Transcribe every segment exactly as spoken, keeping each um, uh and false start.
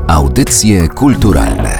Audycje kulturalne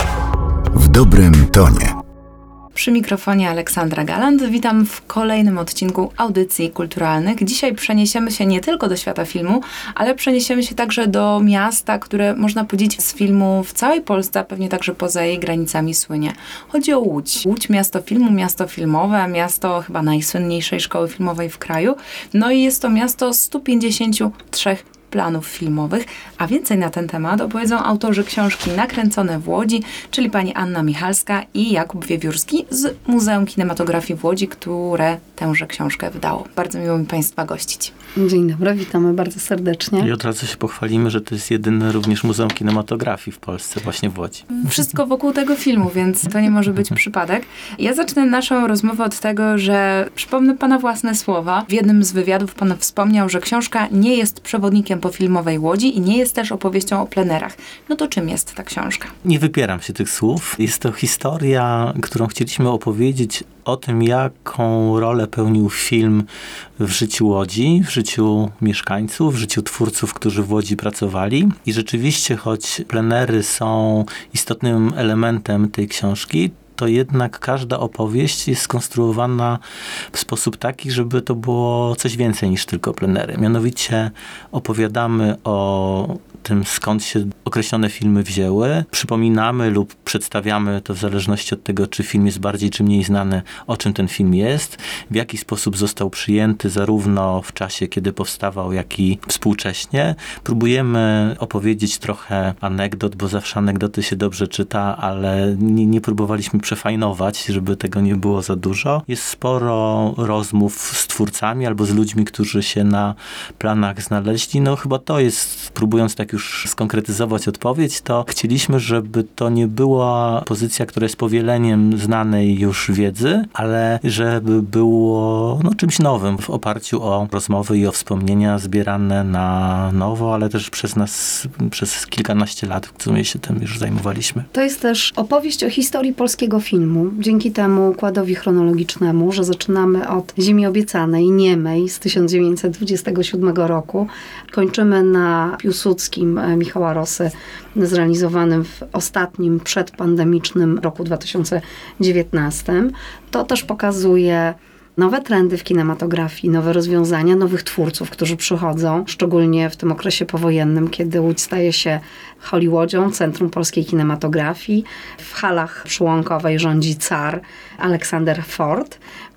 w dobrym tonie. Przy mikrofonie Aleksandra Galant. Witam w kolejnym odcinku Audycji Kulturalnych. Dzisiaj przeniesiemy się nie tylko do świata filmu, ale przeniesiemy się także do miasta, które można powiedzieć z filmu w całej Polsce, a pewnie także poza jej granicami słynie. Chodzi o Łódź. Łódź, miasto filmu, miasto filmowe, miasto chyba najsłynniejszej szkoły filmowej w kraju. No i jest to miasto stu pięćdziesięciu trzech planów filmowych, a więcej na ten temat opowiedzą autorzy książki Nakręcone w Łodzi, czyli pani Anna Michalska i Jakub Wiewiórski z Muzeum Kinematografii w Łodzi, które tęże książkę wydało. Bardzo miło mi Państwa gościć. Dzień dobry, witamy bardzo serdecznie. I od razu się pochwalimy, że to jest jedyne również Muzeum Kinematografii w Polsce, właśnie w Łodzi. Wszystko wokół tego filmu, więc to nie może być przypadek. Ja zacznę naszą rozmowę od tego, że przypomnę pana własne słowa. W jednym z wywiadów pan wspomniał, że książka nie jest przewodnikiem po filmowej Łodzi i nie jest też opowieścią o plenerach. No to czym jest ta książka? Nie wypieram się tych słów. Jest to historia, którą chcieliśmy opowiedzieć o tym, jaką rolę pełnił film w życiu Łodzi, w życiu mieszkańców, w życiu twórców, którzy w Łodzi pracowali. I rzeczywiście, choć plenery są istotnym elementem tej książki, to jednak każda opowieść jest skonstruowana w sposób taki, żeby to było coś więcej niż tylko plenery. Mianowicie opowiadamy o tym, skąd się określone filmy wzięły. Przypominamy lub przedstawiamy to w zależności od tego, czy film jest bardziej czy mniej znany, o czym ten film jest, w jaki sposób został przyjęty zarówno w czasie, kiedy powstawał, jak i współcześnie. Próbujemy opowiedzieć trochę anegdot, bo zawsze anegdoty się dobrze czyta, ale nie, nie próbowaliśmy przefajnować, żeby tego nie było za dużo. Jest sporo rozmów z twórcami albo z ludźmi, którzy się na planach znaleźli. No chyba to jest, próbując tak już skonkretyzować odpowiedź, to chcieliśmy, żeby to nie była pozycja, która jest powieleniem znanej już wiedzy, ale żeby było no, czymś nowym w oparciu o rozmowy i o wspomnienia zbierane na nowo, ale też przez nas przez kilkanaście lat, w sumie się tym już zajmowaliśmy. To jest też opowieść o historii polskiego filmu. Dzięki temu układowi chronologicznemu, że zaczynamy od Ziemi Obiecanej, niemej z tysiąc dziewięćset dwudziestego siódmego roku. Kończymy na Piłsudskim Michała Rosy, zrealizowanym w ostatnim przedpandemicznym roku dwa tysiące dziewiętnastym. To też pokazuje nowe trendy w kinematografii, nowe rozwiązania, nowych twórców, którzy przychodzą, szczególnie w tym okresie powojennym, kiedy Łódź staje się Hollywoodzią, centrum polskiej kinematografii. W halach Przyłąkowej rządzi car Aleksander Ford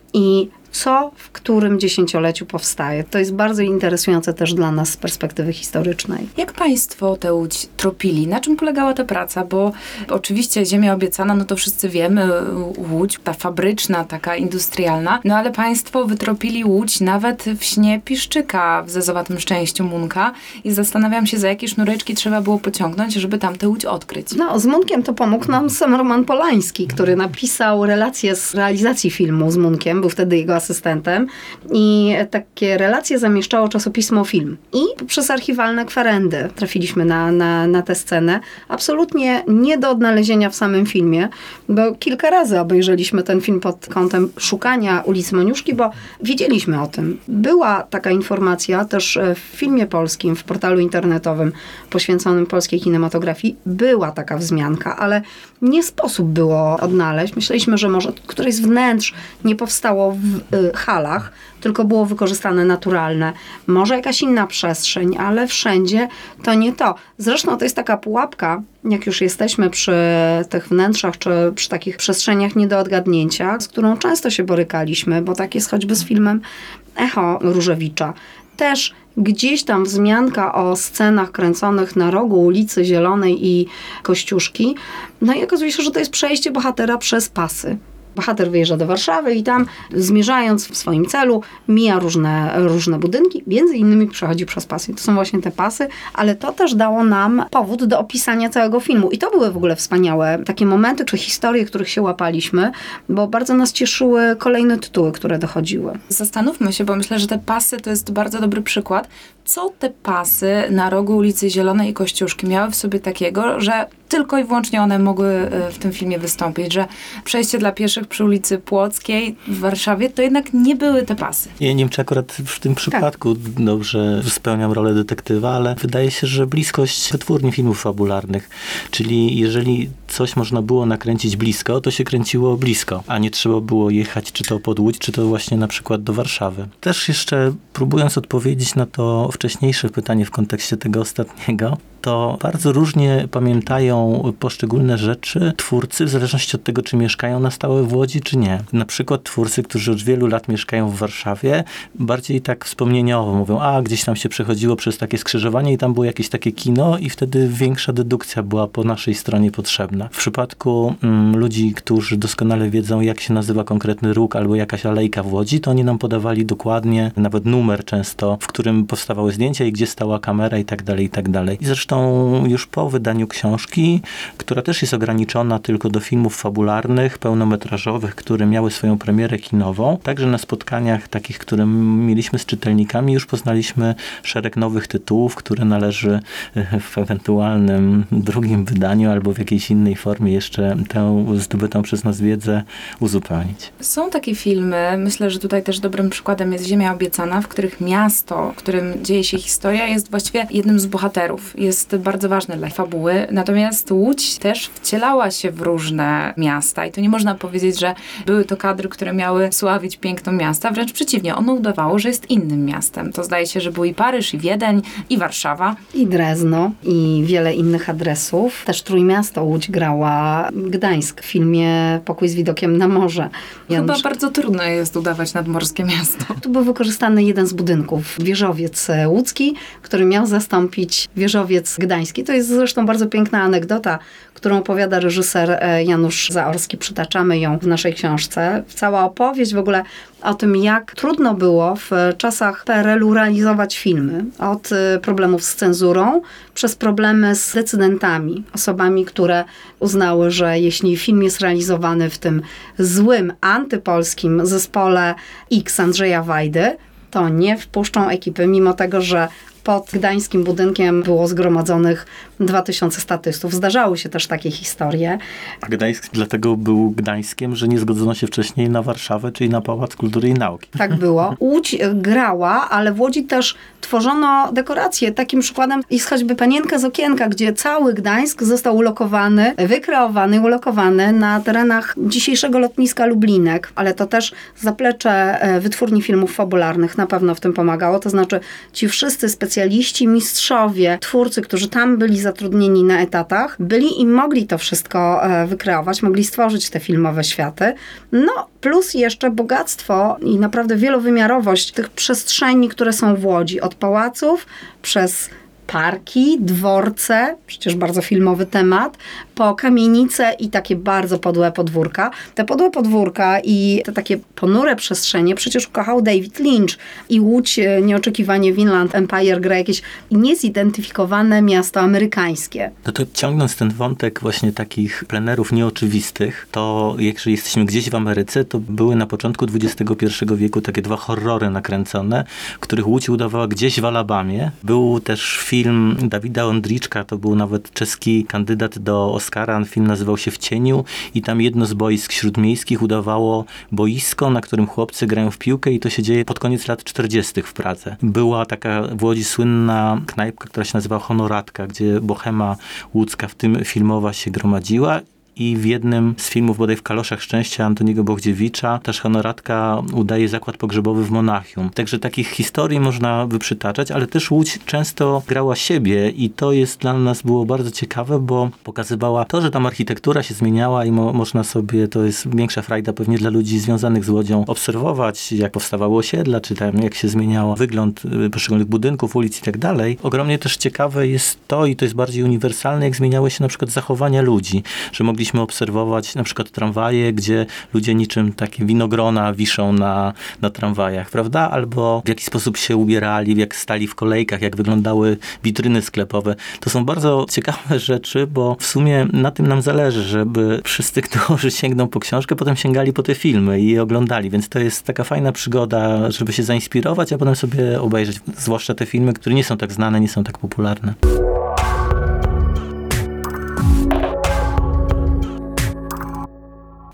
i co w którym dziesięcioleciu powstaje. To jest bardzo interesujące też dla nas z perspektywy historycznej. Jak Państwo tę Łódź tropili? Na czym polegała ta praca? Bo oczywiście Ziemia Obiecana, no to wszyscy wiemy, Łódź, ta fabryczna, taka industrialna, no ale Państwo wytropili Łódź nawet w śnie Piszczyka w Zezowatym Szczęściu Munka i zastanawiam się, za jakie sznureczki trzeba było pociągnąć, żeby tam tę Łódź odkryć. No, z Munkiem to pomógł nam sam Roman Polański, który napisał relację z realizacji filmu z Munkiem, był wtedy jego asystentem i takie relacje zamieszczało czasopismo Film. I przez archiwalne kwerendy trafiliśmy na, na, na tę scenę. Absolutnie nie do odnalezienia w samym filmie, bo kilka razy obejrzeliśmy ten film pod kątem szukania ulicy Moniuszki, bo wiedzieliśmy o tym. Była taka informacja też w filmie polskim, w portalu internetowym poświęconym polskiej kinematografii. Była taka wzmianka, ale nie sposób było odnaleźć. Myśleliśmy, że może któreś z wnętrz nie powstało w y, halach, tylko było wykorzystane naturalne. Może jakaś inna przestrzeń, ale wszędzie to nie to. Zresztą to jest taka pułapka, jak już jesteśmy przy tych wnętrzach, czy przy takich przestrzeniach nie do odgadnięcia, z którą często się borykaliśmy, bo tak jest choćby z filmem Echo Różewicza. Też gdzieś tam wzmianka o scenach kręconych na rogu ulicy Zielonej i Kościuszki. No i okazuje się, że to jest przejście bohatera przez pasy. Bohater wyjeżdża do Warszawy i tam, zmierzając w swoim celu, mija różne, różne budynki, między innymi przechodzi przez pasy. To są właśnie te pasy, ale to też dało nam powód do opisania całego filmu. I to były w ogóle wspaniałe takie momenty, czy historie, których się łapaliśmy, bo bardzo nas cieszyły kolejne tytuły, które dochodziły. Zastanówmy się, bo myślę, że te pasy to jest bardzo dobry przykład. Co te pasy na rogu ulicy Zielonej i Kościuszki miały w sobie takiego, że tylko i wyłącznie one mogły e, w tym filmie wystąpić, że przejście dla pieszych przy ulicy Płockiej w Warszawie to jednak nie były te pasy. Ja nie wiem, czy akurat w tym przypadku tak. dobrze spełniam rolę detektywa, ale wydaje się, że bliskość wytwórni filmów fabularnych, czyli jeżeli coś można było nakręcić blisko, to się kręciło blisko, a nie trzeba było jechać czy to pod Łódź, czy to właśnie na przykład do Warszawy. Też jeszcze próbując odpowiedzieć na to wcześniejsze pytanie w kontekście tego ostatniego, to bardzo różnie pamiętają poszczególne rzeczy twórcy w zależności od tego, czy mieszkają na stałe w Łodzi, czy nie. Na przykład twórcy, którzy od wielu lat mieszkają w Warszawie, bardziej tak wspomnieniowo mówią, a gdzieś tam się przechodziło przez takie skrzyżowanie i tam było jakieś takie kino i wtedy większa dedukcja była po naszej stronie potrzebna. W przypadku mm, ludzi, którzy doskonale wiedzą, jak się nazywa konkretny róg albo jakaś alejka w Łodzi, to oni nam podawali dokładnie, nawet numer często, w którym powstawały zdjęcia i gdzie stała kamera i tak dalej, i tak dalej. I zresztą już po wydaniu książki, która też jest ograniczona tylko do filmów fabularnych, pełnometrażowych, które miały swoją premierę kinową. Także na spotkaniach takich, które mieliśmy z czytelnikami, już poznaliśmy szereg nowych tytułów, które należy w ewentualnym drugim wydaniu albo w jakiejś innej formie jeszcze tę zdobytą przez nas wiedzę uzupełnić. Są takie filmy, myślę, że tutaj też dobrym przykładem jest Ziemia obiecana, w których miasto, w którym dzieje się historia, jest właściwie jednym z bohaterów. Jest bardzo ważne dla fabuły. Natomiast Łódź też wcielała się w różne miasta i to nie można powiedzieć, że były to kadry, które miały sławić piękno miasta. Wręcz przeciwnie, ono udawało, że jest innym miastem. To zdaje się, że był i Paryż, i Wiedeń, i Warszawa. I Drezno, i wiele innych adresów. Też Trójmiasto Łódź grała Gdańsk w filmie Pokój z widokiem na morze. Chyba bardzo trudno jest udawać nadmorskie miasto. Tu był wykorzystany jeden z budynków, wieżowiec łódzki, który miał zastąpić wieżowiec gdański. To jest zresztą bardzo piękna anegdota, którą opowiada reżyser Janusz Zaorski. Przytaczamy ją w naszej książce. Cała opowieść w ogóle o tym, jak trudno było w czasach P R L-u realizować filmy. Od problemów z cenzurą, przez problemy z decydentami. Osobami, które uznały, że jeśli film jest realizowany w tym złym, antypolskim zespole X Andrzeja Wajdy, to nie wpuszczą ekipy, mimo tego, że pod gdańskim budynkiem było zgromadzonych dwa tysiące statystów. Zdarzały się też takie historie. A Gdańsk dlatego był Gdańskiem, że nie zgodzono się wcześniej na Warszawę, czyli na Pałac Kultury i Nauki. Tak było. Łódź grała, ale w Łodzi też tworzono dekoracje. Takim przykładem jest choćby Panienka z okienka, gdzie cały Gdańsk został ulokowany, wykreowany i ulokowany na terenach dzisiejszego lotniska Lublinek. Ale to też zaplecze wytwórni filmów fabularnych na pewno w tym pomagało. To znaczy ci wszyscy specjaliści, mistrzowie, twórcy, którzy tam byli zatrudnieni na etatach, byli i mogli to wszystko wykreować, mogli stworzyć te filmowe światy. No, plus jeszcze bogactwo i naprawdę wielowymiarowość tych przestrzeni, które są w Łodzi. Od pałaców, przez parki, dworce, przecież bardzo filmowy temat, po kamienice i takie bardzo podłe podwórka. Te podłe podwórka i te takie ponure przestrzenie przecież kochał David Lynch i Łódź nieoczekiwanie Vinland Empire gra jakieś niezidentyfikowane miasto amerykańskie. No to ciągnąc ten wątek właśnie takich plenerów nieoczywistych, to jak jesteśmy gdzieś w Ameryce, to były na początku dwudziestego pierwszego wieku takie dwa horrory nakręcone, w których Łódź udawała gdzieś w Alabamie. Był też film Dawida Ondriczka, to był nawet czeski kandydat do Oscara. Film nazywał się W cieniu i tam jedno z boisk śródmiejskich udawało boisko, na którym chłopcy grają w piłkę i to się dzieje pod koniec lat czterdziestych w Pradze. Była taka w Łodzi słynna knajpka, która się nazywa Honoratka, gdzie bohema łódzka, w tym filmowa, się gromadziła. I w jednym z filmów, bodaj w Kaloszach Szczęścia Antoniego Bohdziewicza, też Honoratka udaje zakład pogrzebowy w Monachium. Także takich historii można by przytaczać, ale też Łódź często grała siebie i to jest dla nas było bardzo ciekawe, bo pokazywała to, że tam architektura się zmieniała i mo- można sobie, to jest większa frajda pewnie dla ludzi związanych z Łodzią, obserwować, jak powstawały osiedla, czy tam jak się zmieniał wygląd poszczególnych budynków, ulic i tak dalej. Ogromnie też ciekawe jest to, i to jest bardziej uniwersalne, jak zmieniały się na przykład zachowania ludzi, że mogli Mogliśmy obserwować na przykład tramwaje, gdzie ludzie niczym takie winogrona wiszą na, na tramwajach, prawda? Albo w jaki sposób się ubierali, jak stali w kolejkach, jak wyglądały witryny sklepowe. To są bardzo ciekawe rzeczy, bo w sumie na tym nam zależy, żeby wszyscy, którzy sięgną po książkę, potem sięgali po te filmy i je oglądali, więc to jest taka fajna przygoda, żeby się zainspirować, a potem sobie obejrzeć, zwłaszcza te filmy, które nie są tak znane, nie są tak popularne.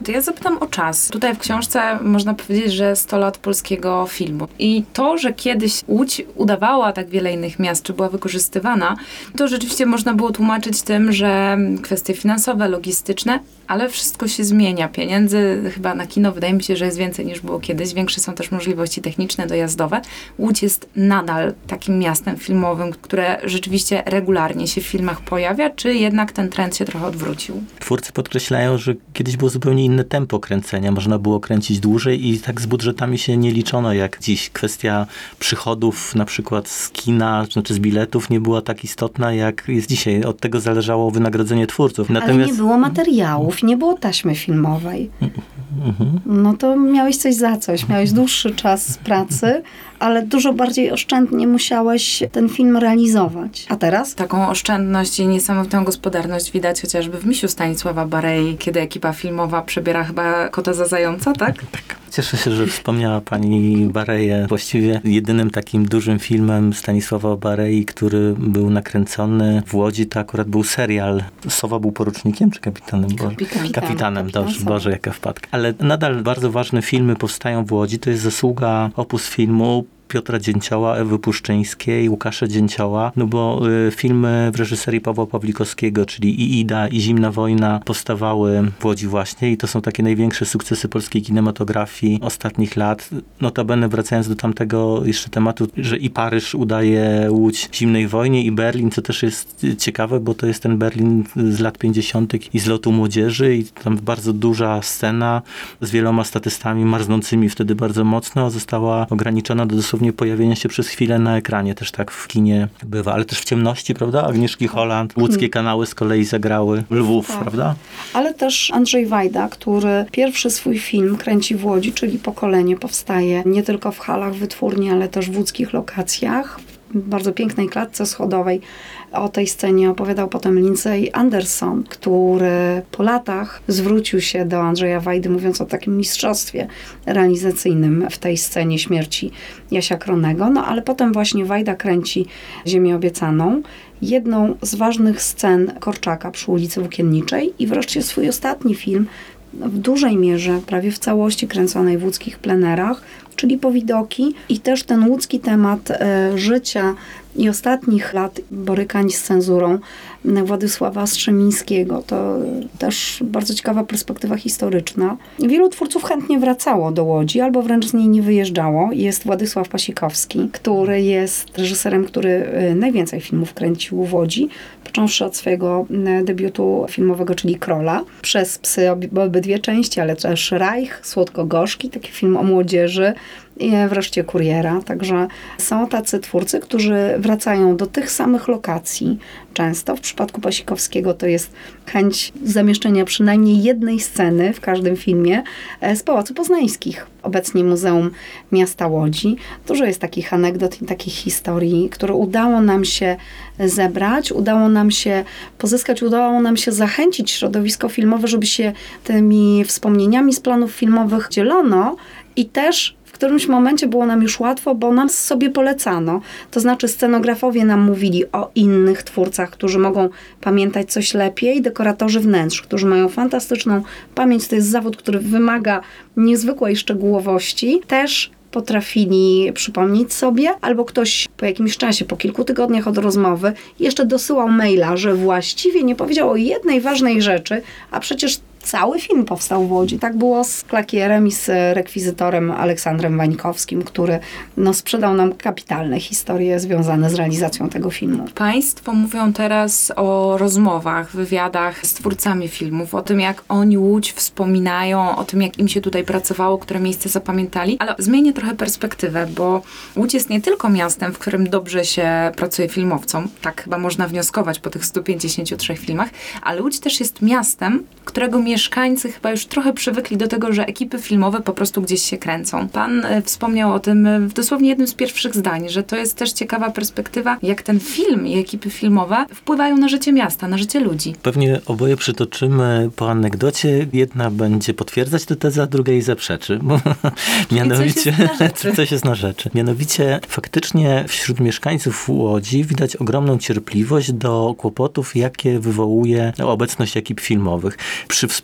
to ja zapytam o czas. Tutaj w książce można powiedzieć, że sto lat polskiego filmu. I to, że kiedyś Łódź udawała tak wiele innych miast, czy była wykorzystywana, to rzeczywiście można było tłumaczyć tym, że kwestie finansowe, logistyczne, ale wszystko się zmienia. Pieniędzy chyba na kino wydaje mi się, że jest więcej niż było kiedyś. Większe są też możliwości techniczne, dojazdowe. Łódź jest nadal takim miastem filmowym, które rzeczywiście regularnie się w filmach pojawia, czy jednak ten trend się trochę odwrócił? Twórcy podkreślają, że kiedyś było zupełnie inne tempo kręcenia. Można było kręcić dłużej i tak z budżetami się nie liczono jak dziś. Kwestia przychodów na przykład z kina, znaczy z biletów nie była tak istotna jak jest dzisiaj. Od tego zależało wynagrodzenie twórców. Natomiast... Ale nie było materiałów, nie było taśmy filmowej. Mhm. No to miałeś coś za coś. Miałeś dłuższy czas pracy, ale dużo bardziej oszczędnie musiałeś ten film realizować. A teraz? Taką oszczędność i niesamowitą gospodarność widać chociażby w Misiu Stanisława Barei, kiedy ekipa filmowa przebiera chyba kota za zająca, tak? Tak. Cieszę się, że wspomniała pani Bareję. Właściwie jedynym takim dużym filmem Stanisława Barei, który był nakręcony w Łodzi, to akurat był serial. Sowa był porucznikiem czy kapitanem? Kapitanem. Kapitanem, Kapitan dobrze, Sowa. Boże, jaka wpadka. Ale nadal bardzo ważne filmy powstają w Łodzi. To jest zasługa Opus Filmu, Piotra Dzięcioła, Ewy Puszczyńskiej, Łukasza Dzięcioła, no bo y, filmy w reżyserii Pawła Pawlikowskiego, czyli i Ida, i Zimna wojna powstawały w Łodzi właśnie i to są takie największe sukcesy polskiej kinematografii ostatnich lat. Notabene wracając do tamtego jeszcze tematu, że i Paryż udaje Łódź w zimnej wojnie i Berlin, co też jest ciekawe, bo to jest ten Berlin z lat pięćdziesiątych i z lotu młodzieży i tam bardzo duża scena z wieloma statystami marznącymi wtedy bardzo mocno została ograniczona do dosłownie pojawienia się przez chwilę na ekranie. Też tak w kinie bywa, ale też w Ciemności, prawda? Agnieszki Holland. Łódzkie kanały z kolei zagrały Lwów, Tak. prawda? Ale też Andrzej Wajda, który pierwszy swój film kręci w Łodzi, czyli Pokolenie, powstaje nie tylko w halach wytwórni, ale też w łódzkich lokacjach. W bardzo pięknej klatce schodowej. O tej scenie opowiadał potem Lindsay Anderson, który po latach zwrócił się do Andrzeja Wajdy, mówiąc o takim mistrzostwie realizacyjnym w tej scenie śmierci Jasia Kronego. No ale potem właśnie Wajda kręci Ziemię obiecaną, jedną z ważnych scen Korczaka przy ulicy Włókienniczej i wreszcie swój ostatni film, w dużej mierze, prawie w całości kręconej w łódzkich plenerach, czyli Powidoki i też ten łódzki temat e, życia i ostatnich lat borykań z cenzurą Władysława Strzemińskiego. To też bardzo ciekawa perspektywa historyczna. Wielu twórców chętnie wracało do Łodzi, albo wręcz z niej nie wyjeżdżało. Jest Władysław Pasikowski, który jest reżyserem, który najwięcej filmów kręcił w Łodzi, począwszy od swojego debiutu filmowego, czyli Krola, przez Psy obydwie części, ale też Reich, Słodko-Gorzki, taki film o młodzieży, i wreszcie Kuriera. Także są tacy twórcy, którzy wracają do tych samych lokacji. Często w przypadku Pasikowskiego to jest chęć zamieszczenia przynajmniej jednej sceny w każdym filmie z Pałacu Poznańskich, obecnie Muzeum Miasta Łodzi. Dużo jest takich anegdot i takich historii, które udało nam się zebrać, udało nam się pozyskać, udało nam się zachęcić środowisko filmowe, żeby się tymi wspomnieniami z planów filmowych dzielono i też w którymś momencie było nam już łatwo, bo nam sobie polecano. To znaczy scenografowie nam mówili o innych twórcach, którzy mogą pamiętać coś lepiej, dekoratorzy wnętrz, którzy mają fantastyczną pamięć. To jest zawód, który wymaga niezwykłej szczegółowości. Też potrafili przypomnieć sobie, albo ktoś po jakimś czasie, po kilku tygodniach od rozmowy jeszcze dosyłał maila, że właściwie nie powiedział o jednej ważnej rzeczy, a przecież cały film powstał w Łodzi. Tak było z klakierem i z rekwizytorem Aleksandrem Wańkowskim, który no, sprzedał nam kapitalne historie związane z realizacją tego filmu. Państwo mówią teraz o rozmowach, wywiadach z twórcami filmów, o tym, jak oni Łódź wspominają, o tym, jak im się tutaj pracowało, które miejsce zapamiętali, ale zmienię trochę perspektywę, bo Łódź jest nie tylko miastem, w którym dobrze się pracuje filmowcom, tak chyba można wnioskować po tych stu pięćdziesięciu trzech filmach, ale Łódź też jest miastem, którego mieszkańcy chyba już trochę przywykli do tego, że ekipy filmowe po prostu gdzieś się kręcą. Pan e, wspomniał o tym w dosłownie jednym z pierwszych zdań, że to jest też ciekawa perspektywa, jak ten film i ekipy filmowe wpływają na życie miasta, na życie ludzi. Pewnie oboje przytoczymy po anegdocie. Jedna będzie potwierdzać tę tezę, a druga jej zaprzeczy. Bo mianowicie, coś jest na rzeczy. coś jest na rzeczy. Mianowicie faktycznie wśród mieszkańców Łodzi widać ogromną cierpliwość do kłopotów, jakie wywołuje obecność ekip filmowych. Przy wspomnieniu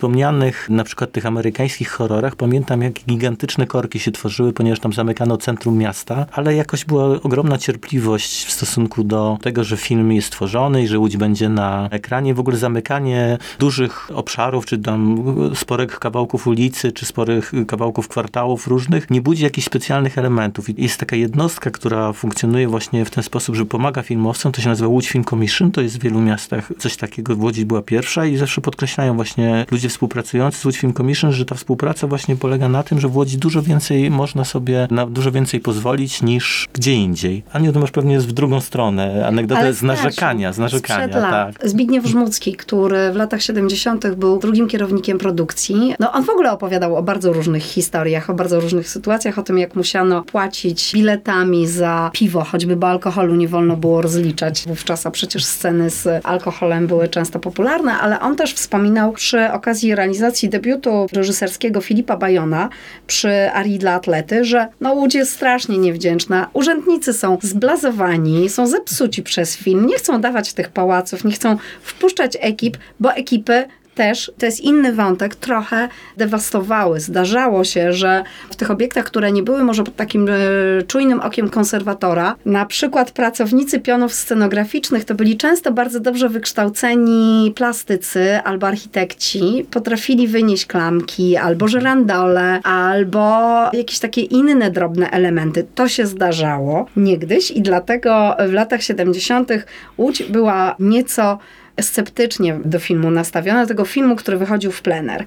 wspomnianych, na przykład tych amerykańskich horrorach, pamiętam, jak gigantyczne korki się tworzyły, ponieważ tam zamykano centrum miasta, ale jakoś była ogromna cierpliwość w stosunku do tego, że film jest tworzony i że Łódź będzie na ekranie. W ogóle zamykanie dużych obszarów, czy tam sporych kawałków ulicy, czy sporych kawałków kwartałów różnych, nie budzi jakichś specjalnych elementów. I jest taka jednostka, która funkcjonuje właśnie w ten sposób, że pomaga filmowcom, to się nazywa Łódź Film Commission, to jest w wielu miastach coś takiego, w Łodzi była pierwsza i zawsze podkreślają właśnie ludzie współpracujący z Łódź Film Commission, że ta współpraca właśnie polega na tym, że w Łodzi dużo więcej można sobie na dużo więcej pozwolić niż gdzie indziej. A nie, to masz pewnie jest w drugą stronę. Anegdota Ale z narzekania, z narzekania, sprzed lat. tak. Zbigniew Żmudzki, który w latach siedemdziesiątych był drugim kierownikiem produkcji, no on w ogóle opowiadał o bardzo różnych historiach, o bardzo różnych sytuacjach, o tym, jak musiano płacić biletami za piwo, choćby, bo alkoholu nie wolno było rozliczać wówczas, a przecież sceny z alkoholem były często popularne, ale on też wspominał przy okazji realizacji debiutu reżyserskiego Filipa Bajona przy Arii dla atlety, że no Łódź jest strasznie niewdzięczna. Urzędnicy są zblazowani, są zepsuci przez film, nie chcą dawać tych pałaców, nie chcą wpuszczać ekip, bo ekipy też, to jest inny wątek, trochę dewastowały. Zdarzało się, że w tych obiektach, które nie były może pod takim e, czujnym okiem konserwatora, na przykład pracownicy pionów scenograficznych to byli często bardzo dobrze wykształceni plastycy albo architekci, potrafili wynieść klamki, albo żyrandole, albo jakieś takie inne drobne elementy. To się zdarzało niegdyś i dlatego w latach siedemdziesiątych Łódź była nieco sceptycznie do filmu nastawiona, tego filmu, który wychodził w plener.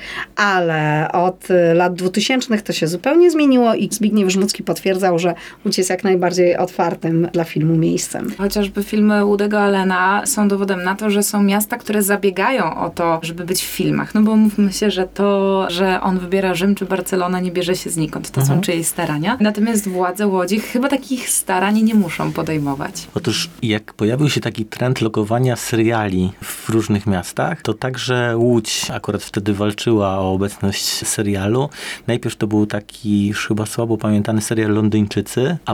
Ale od lat dwutysięcznych to się zupełnie zmieniło i Zbigniew Żmudzki potwierdzał, że Łódź jest jak najbardziej otwartym dla filmu miejscem. Chociażby filmy Woody'ego Allena są dowodem na to, że są miasta, które zabiegają o to, żeby być w filmach. No bo mówmy się, że to, że on wybiera Rzym czy Barcelonę, nie bierze się znikąd. To Mhm. są czyjeś starania. Natomiast władze Łodzi chyba takich starań nie muszą podejmować. Otóż jak pojawił się taki trend lokowania seriali w różnych miastach, to także Łódź akurat wtedy walczyła o obecność serialu. Najpierw to był taki już chyba słabo pamiętany serial Londyńczycy, a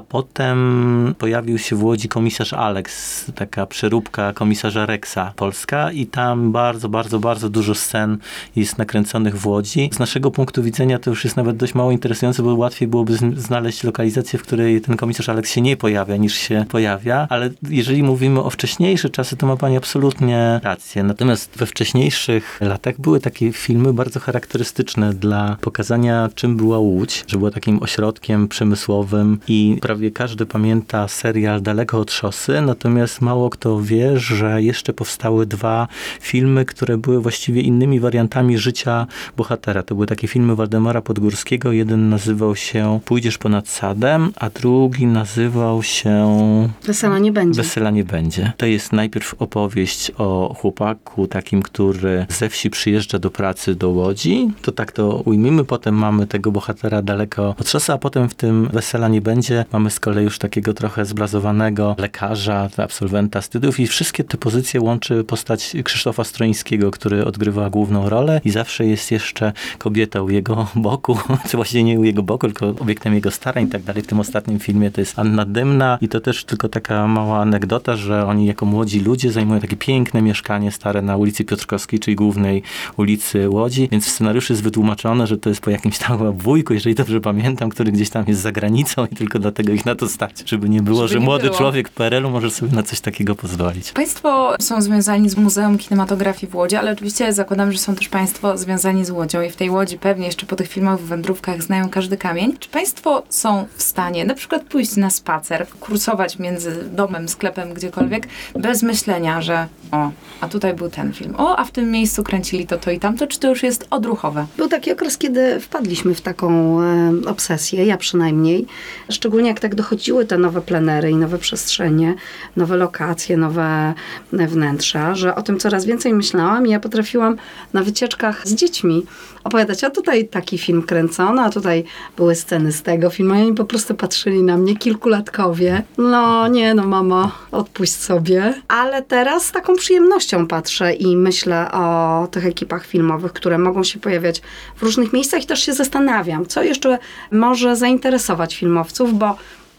potem pojawił się w Łodzi Komisarz Alex, taka przeróbka Komisarza Rexa polska i tam bardzo, bardzo, bardzo dużo scen jest nakręconych w Łodzi. Z naszego punktu widzenia to już jest nawet dość mało interesujące, bo łatwiej byłoby znaleźć lokalizację, w której ten Komisarz Alex się nie pojawia, niż się pojawia, ale jeżeli mówimy o wcześniejsze czasy, to ma pani absolutnie rację. Natomiast we wcześniejszych latach były takie filmy bardzo charakterystyczne dla pokazania, czym była Łódź, że była takim ośrodkiem przemysłowym i prawie każdy pamięta serial Daleko od szosy, natomiast mało kto wie, że jeszcze powstały dwa filmy, które były właściwie innymi wariantami życia bohatera. To były takie filmy Waldemara Podgórskiego. Jeden nazywał się Pójdziesz ponad sadem, a drugi nazywał się Wesela nie będzie. Wesela nie będzie. To jest najpierw opowieść o chłopaku takim, który ze wsi przyjeżdża do pracy do Łodzi. To tak to ujmijmy. Potem mamy tego bohatera daleko od szosy, a potem w tym Wesela nie będzie mamy z kolei już takiego trochę zblazowanego lekarza, absolwenta studiów i wszystkie te pozycje łączy postać Krzysztofa Stroińskiego, który odgrywa główną rolę i zawsze jest jeszcze kobieta u jego boku, czy właściwie nie u jego boku, tylko obiektem jego starań i tak dalej. W tym ostatnim filmie to jest Anna Dymna i to też tylko taka mała anegdota, że oni jako młodzi ludzie zajmują takie piękne mieszkanie stare na ulicy Piotrkowskiej, czyli głównej ulicy Łodzi, więc w scenariuszu jest wytłumaczone, że to jest po jakimś tam wujku, jeżeli dobrze pamiętam, który gdzieś tam jest za granicą i tylko dlatego ich na to stać, żeby nie było, Żeby że nie młody było. człowiek w P R L u może sobie na coś takiego pozwolić. Państwo są związani z Muzeum Kinematografii w Łodzi, ale oczywiście zakładam, że są też Państwo związani z Łodzią i w tej Łodzi pewnie jeszcze po tych filmach w wędrówkach znają każdy kamień. Czy Państwo są w stanie na przykład pójść na spacer, kursować między domem, sklepem, gdziekolwiek, bez myślenia, że o, a tutaj był ten film, o, a w tym miejscu kręcili to, to i tamto, czy to już jest odruchowe? Był taki okres, kiedy wpadliśmy w taką e, obsesję, ja przynajmniej. Szczególnie jak tak dochodziły te nowe plenery i nowe przestrzenie, nowe lokacje, nowe wnętrza, że o tym coraz więcej myślałam i ja potrafiłam na wycieczkach z dziećmi opowiadać, a tutaj taki film kręcono, a tutaj były sceny z tego filmu i oni po prostu patrzyli na mnie, kilkulatkowie. No nie, no mamo, odpuść sobie. Ale teraz z taką przyjemnością patrzę i myślę o tych ekipach filmowych, które mogą się pojawiać w różnych miejscach i też się zastanawiam, co jeszcze może zainteresować filmowców, bo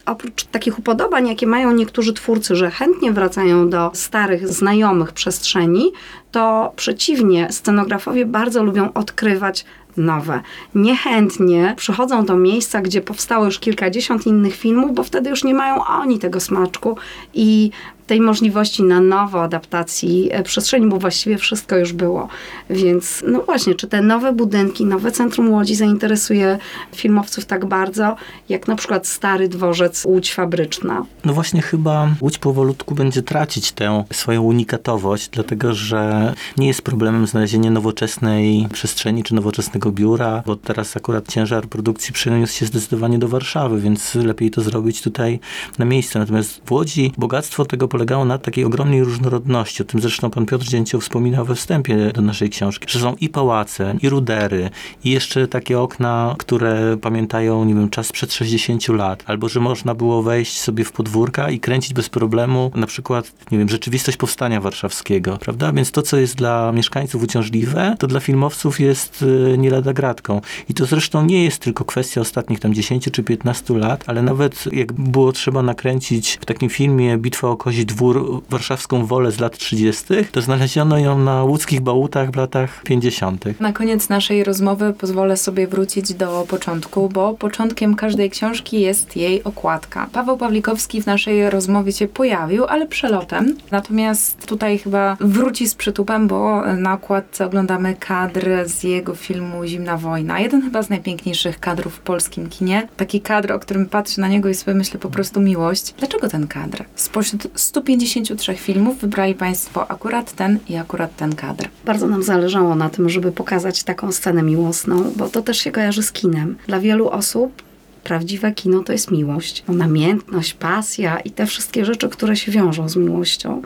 oprócz takich upodobań, jakie mają niektórzy twórcy, że chętnie wracają do starych, znajomych przestrzeni, to przeciwnie, scenografowie bardzo lubią odkrywać nowe. Niechętnie przychodzą do miejsca, gdzie powstało już kilkadziesiąt innych filmów, bo wtedy już nie mają oni tego smaczku i tej możliwości na nowo adaptacji przestrzeni, bo właściwie wszystko już było. Więc no właśnie, czy te nowe budynki, nowe centrum Łodzi zainteresuje filmowców tak bardzo, jak na przykład stary dworzec Łódź Fabryczna? No właśnie chyba Łódź powolutku będzie tracić tę swoją unikatowość, dlatego że nie jest problemem znalezienie nowoczesnej przestrzeni czy nowoczesnego biura, bo teraz akurat ciężar produkcji przeniósł się zdecydowanie do Warszawy, więc lepiej to zrobić tutaj na miejscu. Natomiast w Łodzi bogactwo tego polegało na takiej ogromnej różnorodności. O tym zresztą pan Piotr Dzięcioł wspominał we wstępie do naszej książki, że są i pałace, i rudery, i jeszcze takie okna, które pamiętają, nie wiem, czas przed sześćdziesięciu lat, albo że można było wejść sobie w podwórka i kręcić bez problemu na przykład, nie wiem, rzeczywistość powstania warszawskiego, prawda? Więc to, co jest dla mieszkańców uciążliwe, to dla filmowców jest y, nie lada gratką. I to zresztą nie jest tylko kwestia ostatnich tam dziesięciu czy piętnastu lat, ale nawet jak było trzeba nakręcić w takim filmie Bitwa o Kozi Dwór warszawską wolę z lat trzydziestych, to znaleziono ją na łódzkich bałutach w latach pięćdziesiątych. Na koniec naszej rozmowy pozwolę sobie wrócić do początku, bo początkiem każdej książki jest jej okładka. Paweł Pawlikowski w naszej rozmowie się pojawił, ale przelotem. Natomiast tutaj chyba wróci z przytupem, bo na okładce oglądamy kadr z jego filmu Zimna wojna. Jeden chyba z najpiękniejszych kadrów w polskim kinie. Taki kadr, o którym patrzę na niego i sobie myślę po prostu miłość. Dlaczego ten kadr? Spośród stu pięćdziesięciu trzech filmów wybrali Państwo akurat ten i akurat ten kadr. Bardzo nam zależało na tym, żeby pokazać taką scenę miłosną, bo to też się kojarzy z kinem. Dla wielu osób prawdziwe kino to jest miłość. No, namiętność, pasja i te wszystkie rzeczy, które się wiążą z miłością.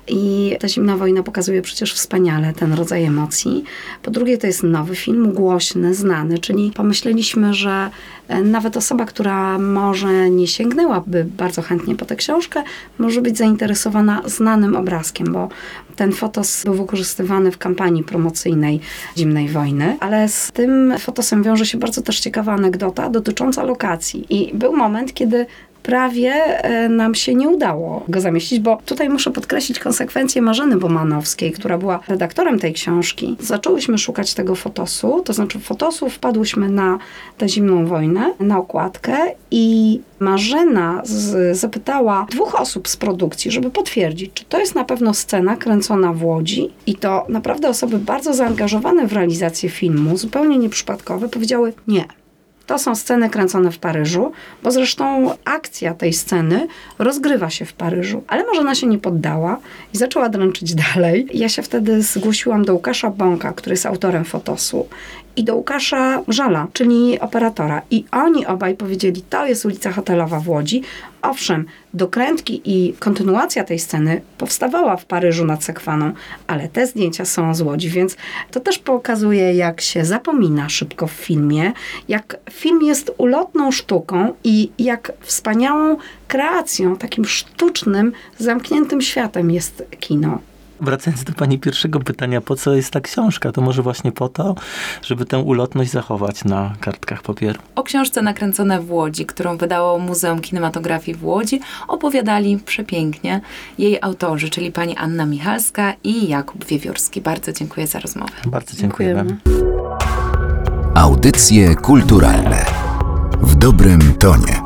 I ta Zimna wojna pokazuje przecież wspaniale ten rodzaj emocji. Po drugie, to jest nowy film, głośny, znany, czyli pomyśleliśmy, że nawet osoba, która może nie sięgnęłaby bardzo chętnie po tę książkę, może być zainteresowana znanym obrazkiem, bo ten fotos był wykorzystywany w kampanii promocyjnej Zimnej wojny, ale z tym fotosem wiąże się bardzo też ciekawa anegdota dotycząca lokacji. I był moment, kiedy prawie nam się nie udało go zamieścić, bo tutaj muszę podkreślić konsekwencje Marzeny Bomanowskiej, która była redaktorem tej książki. Zaczęłyśmy szukać tego fotosu, to znaczy fotosu wpadłyśmy na tę Zimną wojnę, na okładkę i Marzena z, zapytała dwóch osób z produkcji, żeby potwierdzić, czy to jest na pewno scena kręcona w Łodzi i to naprawdę osoby bardzo zaangażowane w realizację filmu, zupełnie nieprzypadkowe, powiedziały nie. To są sceny kręcone w Paryżu, bo zresztą akcja tej sceny rozgrywa się w Paryżu. Ale Marzena się nie poddała i zaczęła dręczyć dalej. Ja się wtedy zgłosiłam do Łukasza Bąka, który jest autorem fotosu, i do Łukasza Żala, czyli operatora. I oni obaj powiedzieli, to jest ulica Hotelowa w Łodzi. Owszem, dokrętki i kontynuacja tej sceny powstawała w Paryżu nad Sekwaną, ale te zdjęcia są z Łodzi, więc to też pokazuje, jak się zapomina szybko w filmie, jak film jest ulotną sztuką i jak wspaniałą kreacją, takim sztucznym, zamkniętym światem jest kino. Wracając do pani pierwszego pytania, po co jest ta książka? To może właśnie po to, żeby tę ulotność zachować na kartkach papieru. O książce Nakręcone w Łodzi, którą wydało Muzeum Kinematografii w Łodzi, opowiadali przepięknie jej autorzy, czyli pani Anna Michalska i Jakub Wiewiórski. Bardzo dziękuję za rozmowę. Bardzo dziękujemy. Dziękujemy. Audycje kulturalne w dobrym tonie.